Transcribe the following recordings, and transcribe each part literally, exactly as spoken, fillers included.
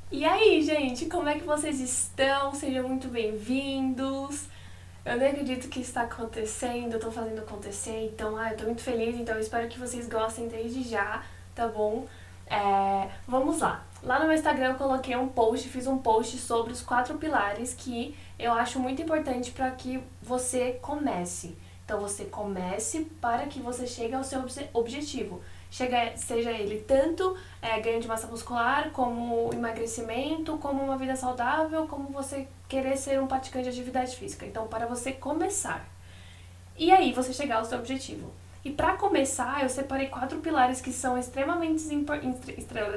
E aí, gente, como é que vocês estão? Sejam muito bem-vindos. Eu nem acredito que está acontecendo, eu tô fazendo acontecer, então, ah, eu tô muito feliz, então eu espero que vocês gostem desde já, tá bom? É, vamos lá. Lá no meu Instagram eu coloquei um post, fiz um post sobre os quatro pilares que eu acho muito importante para que você comece. Então, você comece para que você chegue ao seu objetivo. Chega, seja ele tanto é, ganho de massa muscular, como emagrecimento, como uma vida saudável, como você querer ser um praticante de atividade física. Então, para você começar. E aí, você chegar ao seu objetivo. E para começar, eu separei quatro pilares que são extremamente importantes.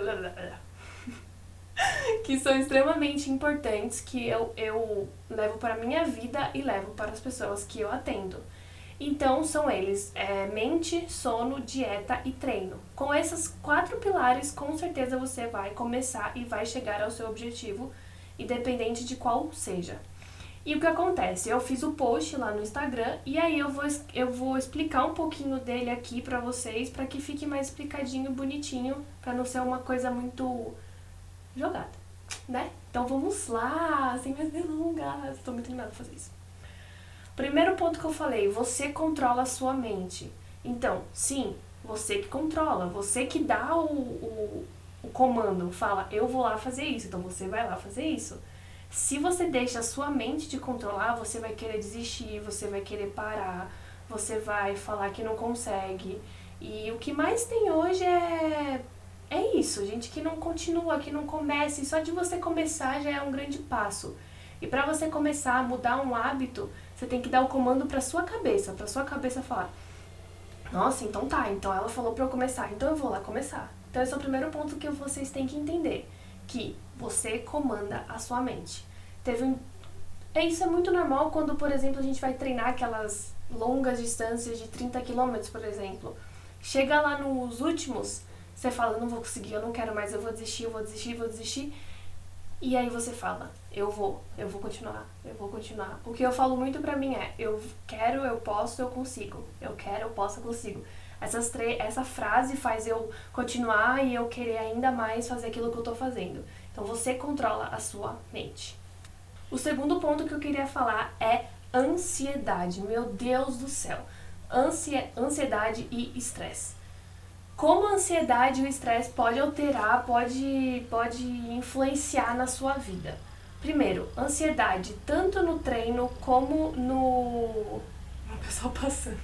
que são extremamente importantes, que eu, eu levo para a minha vida e levo para as pessoas que eu atendo. Então, são eles, é, mente, sono, dieta e treino. Com esses quatro pilares, com certeza você vai começar e vai chegar ao seu objetivo, independente de qual seja. E o que acontece? Eu fiz o post lá no Instagram e aí eu vou, eu vou explicar um pouquinho dele aqui pra vocês, pra que fique mais explicadinho, bonitinho, pra não ser uma coisa muito jogada, né? Então vamos lá, sem mais delongas. Tô muito animada pra fazer isso. Primeiro ponto que eu falei, você controla a sua mente. Então, sim, você que controla, você que dá o, o, o comando, fala, eu vou lá fazer isso, então você vai lá fazer isso. Se você deixa a sua mente te controlar, você vai querer desistir, você vai querer parar, você vai falar que não consegue. E o que mais tem hoje é, é isso, gente que não continua, que não começa, e só de você começar já é um grande passo. E para você começar a mudar um hábito, você tem que dar o comando para sua cabeça, para sua cabeça falar: "Nossa, então tá, então ela falou para eu começar, então eu vou lá começar". Então esse é o primeiro ponto que vocês têm que entender, que você comanda a sua mente. Teve um é isso é muito normal quando, por exemplo, a gente vai treinar aquelas longas distâncias de trinta quilômetros, por exemplo. Chega lá nos últimos, você fala: "Não vou conseguir, eu não quero mais, eu vou desistir, eu vou desistir, eu vou desistir". E aí você fala, eu vou, eu vou continuar, eu vou continuar. O que eu falo muito pra mim é, eu quero, eu posso, eu consigo. Eu quero, eu posso, eu consigo. Essas essa frase faz eu continuar e eu querer ainda mais fazer aquilo que eu tô fazendo. Então você controla a sua mente. O segundo ponto que eu queria falar é ansiedade. Meu Deus do céu. Ansiedade e estresse. Como a ansiedade e o estresse pode alterar, pode, pode influenciar na sua vida. Primeiro, ansiedade tanto no treino como no... O pessoal passando.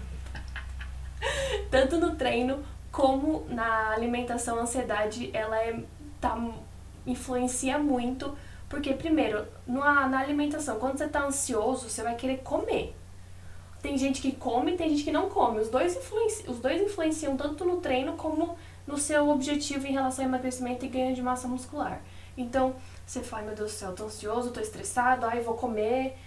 Tanto no treino como na alimentação, a ansiedade ela é, tá, influencia muito, porque primeiro, na, na alimentação, quando você tá ansioso, você vai querer comer. Tem gente que come e tem gente que não come. Os dois, influenciam, os dois influenciam tanto no treino como no seu objetivo em relação ao emagrecimento e ganho de massa muscular. Então, você fala, meu Deus do céu, tô ansioso, tô estressado, ai, vou comer.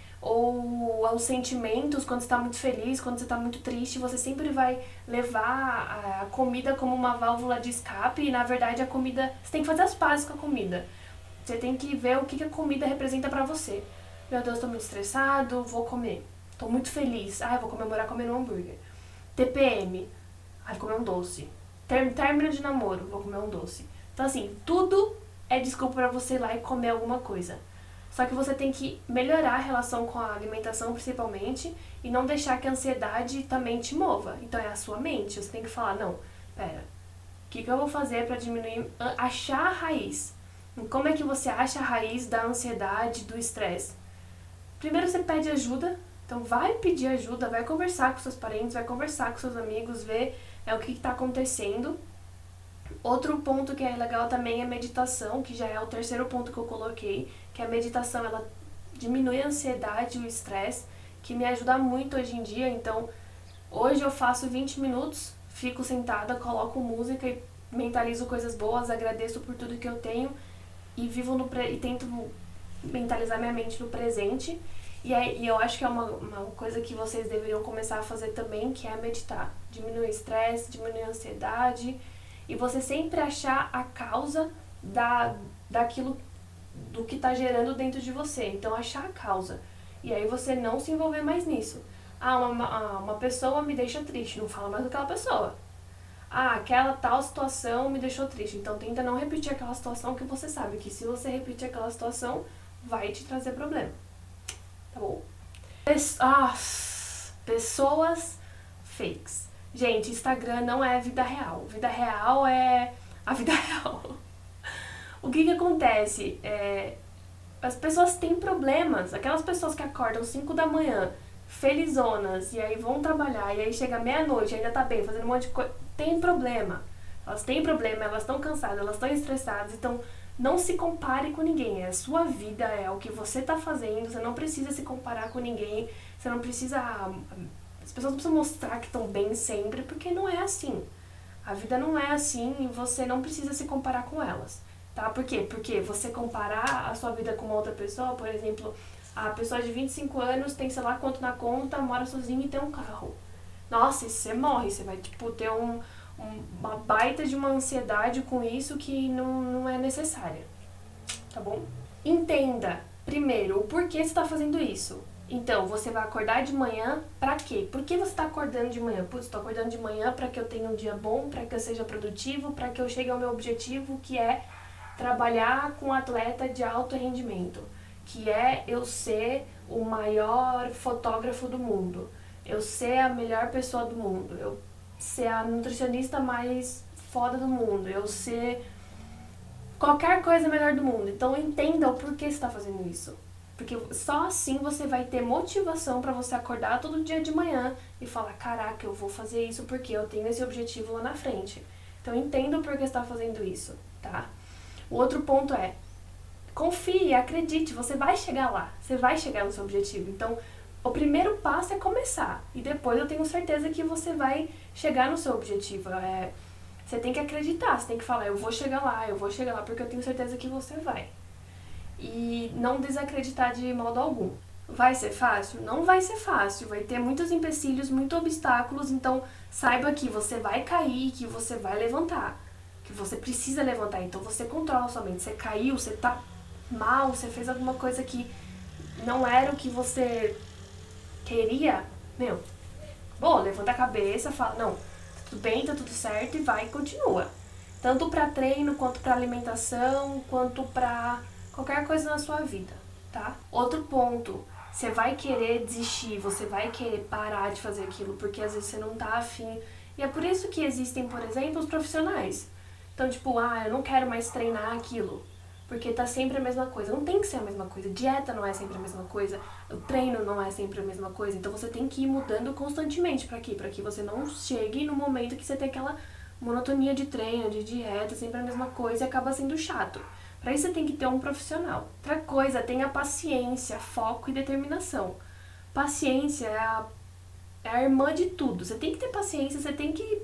Ou os sentimentos, quando você tá muito feliz, quando você tá muito triste, você sempre vai levar a comida como uma válvula de escape e, na verdade, a comida... Você tem que fazer as pazes com a comida. Você tem que ver o que a comida representa pra você. Meu Deus, tô muito estressado, vou comer. Tô muito feliz. Ah, vou comemorar comendo um hambúrguer. T P M. Ah, vou comer um doce. Término de namoro. Vou comer um doce. Então, assim, tudo é desculpa pra você ir lá e comer alguma coisa. Só que você tem que melhorar a relação com a alimentação, principalmente, e não deixar que a ansiedade também te mova. Então, é a sua mente. Você tem que falar, não, pera, o que, que eu vou fazer pra diminuir... Achar a raiz. Como é que você acha a raiz da ansiedade, do estresse? Primeiro, você pede ajuda. Então vai pedir ajuda, vai conversar com seus parentes, vai conversar com seus amigos, ver é, o que está acontecendo. Outro ponto que é legal também é meditação, que já é o terceiro ponto que eu coloquei, que a meditação ela diminui a ansiedade e o estresse, que me ajuda muito hoje em dia. Então hoje eu faço vinte minutos, fico sentada, coloco música e mentalizo coisas boas, agradeço por tudo que eu tenho e vivo no pre- e tento mentalizar minha mente no presente. E, é, e eu acho que é uma, uma coisa que vocês deveriam começar a fazer também, que é meditar. Diminuir o estresse, diminuir a ansiedade. E você sempre achar a causa da, daquilo do que está gerando dentro de você. Então, achar a causa. E aí você não se envolver mais nisso. Ah, uma, uma pessoa me deixa triste. Não fala mais com aquela pessoa. Ah, aquela tal situação me deixou triste. Então tenta não repetir aquela situação que você sabe que se você repetir aquela situação, vai te trazer problema. Tá bom? Pes- ah, pessoas fakes. Gente, Instagram não é vida real. Vida real é a vida real. O que que acontece? É, as pessoas têm problemas. Aquelas pessoas que acordam cinco da manhã, felizonas, e aí vão trabalhar, e aí chega meia-noite, ainda tá bem, fazendo um monte de coisa, tem problema. Elas têm problema, elas estão cansadas, elas estão estressadas, então não se compare com ninguém. É a sua vida, é o que você tá fazendo, você não precisa se comparar com ninguém, você não precisa... As pessoas não precisam mostrar que estão bem sempre, porque não é assim. A vida não é assim e você não precisa se comparar com elas. Tá? Por quê? Porque você comparar a sua vida com uma outra pessoa, por exemplo, a pessoa de vinte e cinco anos tem sei lá quanto na conta, mora sozinha e tem um carro. Nossa, e você morre, você vai tipo ter um, um, uma baita de uma ansiedade com isso que não, não é necessária. Tá bom? Entenda, primeiro, o porquê você tá fazendo isso. Então, você vai acordar de manhã pra quê? Por que você tá acordando de manhã? Putz, tô acordando de manhã pra que eu tenha um dia bom, pra que eu seja produtivo, pra que eu chegue ao meu objetivo, que é trabalhar com um atleta de alto rendimento, que é eu ser o maior fotógrafo do mundo, eu ser a melhor pessoa do mundo, eu ser a nutricionista mais foda do mundo, eu ser qualquer coisa melhor do mundo. Então entenda o porquê você está fazendo isso. Porque só assim você vai ter motivação para você acordar todo dia de manhã e falar, caraca, eu vou fazer isso porque eu tenho esse objetivo lá na frente. Então entenda o porquê você está fazendo isso, tá? O outro ponto é, confie, acredite, você vai chegar lá, você vai chegar no seu objetivo. Então, o primeiro passo é começar, e depois eu tenho certeza que você vai chegar no seu objetivo. É, você tem que acreditar, você tem que falar, eu vou chegar lá, eu vou chegar lá, porque eu tenho certeza que você vai. E não desacreditar de modo algum. Vai ser fácil? Não vai ser fácil, vai ter muitos empecilhos, muitos obstáculos, então saiba que você vai cair, que você vai levantar. Que você precisa levantar, então você controla a sua mente. Você caiu, você tá mal, você fez alguma coisa que não era o que você queria, meu, bom, levanta a cabeça, fala, não, tá tudo bem, tá tudo certo e vai e continua. Tanto pra treino, quanto pra alimentação, quanto pra qualquer coisa na sua vida, tá? Outro ponto, você vai querer desistir, você vai querer parar de fazer aquilo, porque às vezes você não tá afim. E é por isso que existem, por exemplo, os profissionais. Então, tipo, ah, eu não quero mais treinar aquilo, porque tá sempre a mesma coisa. Não tem que ser a mesma coisa. Dieta não é sempre a mesma coisa. O treino não é sempre a mesma coisa. Então você tem que ir mudando constantemente. Pra quê? Pra que você não chegue no momento que você tem aquela monotonia de treino, de dieta, sempre a mesma coisa e acaba sendo chato. Pra isso você tem que ter um profissional. Outra coisa, tenha paciência, foco e determinação. Paciência é a, é a irmã de tudo. Você tem que ter paciência, você tem que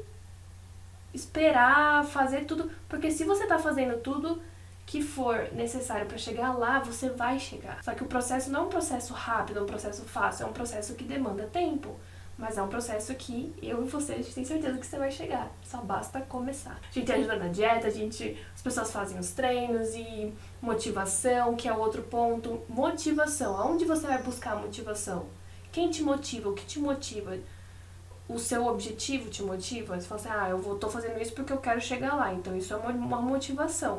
esperar, fazer tudo, porque se você tá fazendo tudo que for necessário para chegar lá, você vai chegar. Só que o processo não é um processo rápido, é um processo fácil, é um processo que demanda tempo, mas é um processo que eu e você, a gente tem certeza que você vai chegar, só basta começar. A gente ajuda na dieta, a gente, as pessoas fazem os treinos e motivação, que é o outro ponto. Motivação, aonde você vai buscar a motivação? Quem te motiva? O que te motiva? O seu objetivo te motiva? Você fala assim, ah, eu vou, tô fazendo isso porque eu quero chegar lá. Então isso é uma, uma motivação.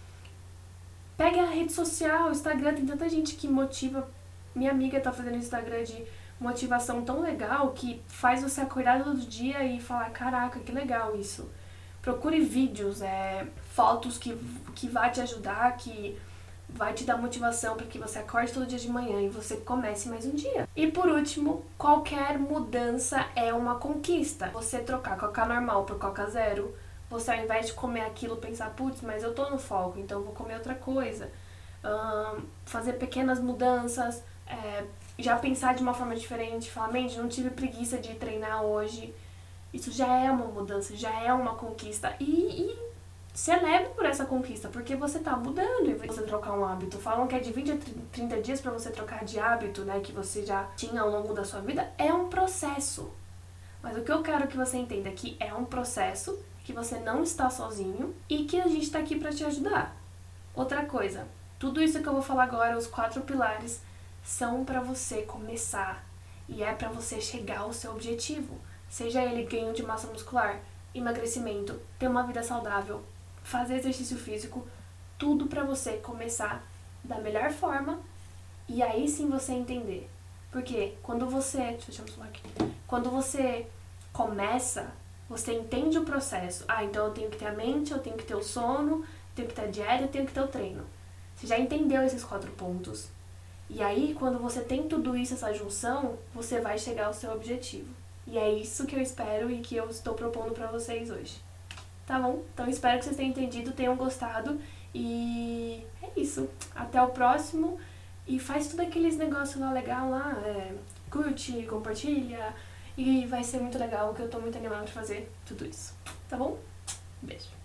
Pega a rede social, o Instagram, tem tanta gente que motiva. Minha amiga tá fazendo Instagram de motivação tão legal que faz você acordar todo dia e falar, caraca, que legal isso. Procure vídeos, é, fotos que, que vai te ajudar, que vai te dar motivação para que você acorde todo dia de manhã e você comece mais um dia. E por último, qualquer mudança é uma conquista. Você trocar Coca normal por Coca zero, você ao invés de comer aquilo pensar, putz, mas eu tô no foco, então eu vou comer outra coisa. Um, fazer pequenas mudanças, é, já pensar de uma forma diferente, falar, mente, não tive preguiça de treinar hoje. Isso já é uma mudança, já é uma conquista. E, e celebre por essa conquista, porque você tá mudando e você trocar um hábito. Falam que é de vinte a trinta dias para você trocar de hábito, né, que você já tinha ao longo da sua vida. É um processo. Mas o que eu quero que você entenda é que é um processo, que você não está sozinho e que a gente tá aqui para te ajudar. Outra coisa, tudo isso que eu vou falar agora, os quatro pilares, são para você começar e é para você chegar ao seu objetivo. Seja ele ganho de massa muscular, emagrecimento, ter uma vida saudável, fazer exercício físico, tudo pra você começar da melhor forma e aí sim você entender. Porque quando você, deixa eu tirar o celular aqui. Quando você começa, você entende o processo. Ah, então eu tenho que ter a mente, eu tenho que ter o sono, tenho que ter a dieta, eu tenho que ter o treino. Você já entendeu esses quatro pontos. E aí, quando você tem tudo isso, essa junção, você vai chegar ao seu objetivo. E é isso que eu espero e que eu estou propondo pra vocês hoje. Tá bom? Então espero que vocês tenham entendido, tenham gostado. E é isso. Até o próximo. E faz tudo aqueles negócios lá legal lá. É, curte, compartilha. E vai ser muito legal, que eu tô muito animada pra fazer tudo isso. Tá bom? Beijo.